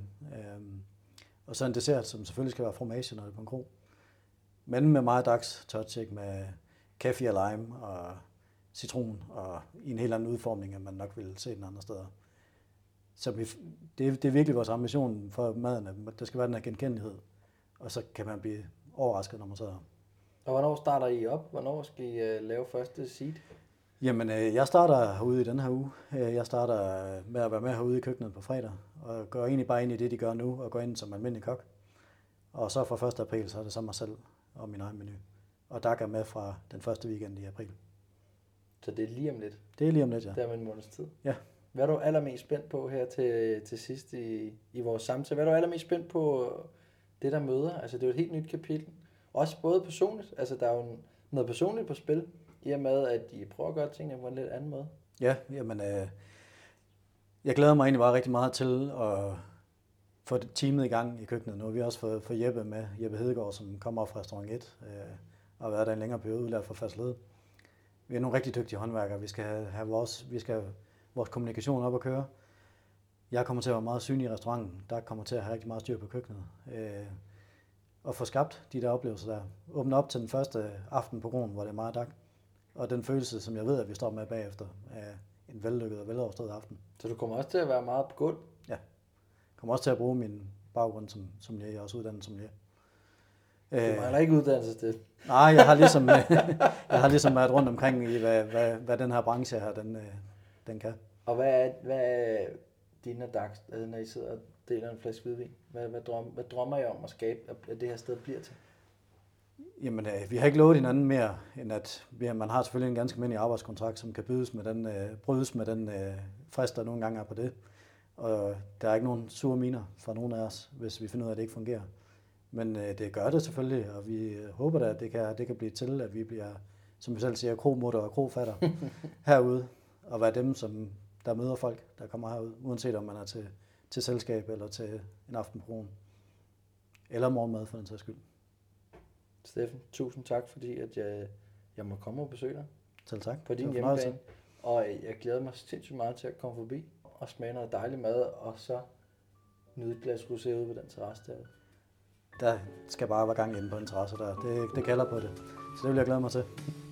Og så en dessert, som selvfølgelig skal være fromage, når det er på en kro. Men med meget Dags touch, ikke? Med kefir og lime og citron, og i en helt anden udformning, end man nok ville se den andre steder. Så det er virkelig vores ambition for maden, at der skal være den her genkendelighed, og så kan man blive overrasket, når man så... Og hvornår starter I op? Hvornår skal I lave første seed? Jamen, jeg starter herude i den her uge. Jeg starter med at være med herude i køkkenet på fredag, og går egentlig bare ind i det, de gør nu, og går ind som almindelig kok. Og så fra 1. april, så er det så mig selv og min egen menu. Og der er med fra den første weekend i april. Så det er lige om lidt? Det er lige om lidt, ja. Det er med en måneds tid? Ja. Hvad er du allermest spændt på her til sidst i vores samtale? Hvad er du allermest spændt på det, der møder? Altså, det er jo et helt nyt kapitel. Også både personligt. Altså, der er jo noget personligt på spil, i og med, at I prøver at gøre tingene på en lidt anden måde. Ja, jamen, jeg glæder mig egentlig bare rigtig meget til at få teamet i gang i køkkenet. Nu har vi også fået Jeppe med, Jeppe Hedegaard, som kommer fra Restaurant 1, og har været der en længere periode udlært fra Færsled. Vi er nogle rigtig dygtige håndværkere. Vi skal have vores kommunikation op at køre. Jeg kommer til at være meget synlig i restauranten. Der kommer til at have rigtig meget styr på køkkenet. Og få skabt de der oplevelser der. Åbne op til den første aften på Kronen, hvor det er meget dag. Og den følelse, som jeg ved, at vi står med bagefter, er en vellykket og veloverstået aften. Så du kommer også til at være meget på gulv? Ja. Jeg kommer også til at bruge min baggrund som jeg er også uddannet som læge. Du mangler ikke uddannelse til? Nej, jeg har ligesom været rundt omkring i, hvad den her branche her, den kan. Og hvad er dine dags, altså når I sidder og deler en flaske hvidvin? Hvad drømmer I om at skabe, at det her sted bliver til? Jamen, vi har ikke lovet hinanden mere, end at man har selvfølgelig en ganske almindelig arbejdskontrakt, som kan brydes med den frist, der nogle gange er på det. Og der er ikke nogen sure miner fra nogen af os, hvis vi finder ud af, at det ikke fungerer. Men det gør det selvfølgelig, og vi håber da, at det kan blive til, at vi bliver, som vi selv siger, kromutter og krofatter herude, og være dem, som der møder folk, der kommer herud, uanset om man er til selskab eller til en aften på Kronen. Eller morgenmad for den sags skyld. Steffen, tusind tak, fordi at jeg må komme og besøge dig. Selv tak. På din hjemmebane. Og jeg glæder mig sindssygt meget til at komme forbi og smage noget dejlig mad, og så nyde et glas rosé ude på den terrasse derude. Der skal bare være gang inde på en terrasse der. Det kalder på det. Så det vil jeg glæde mig til.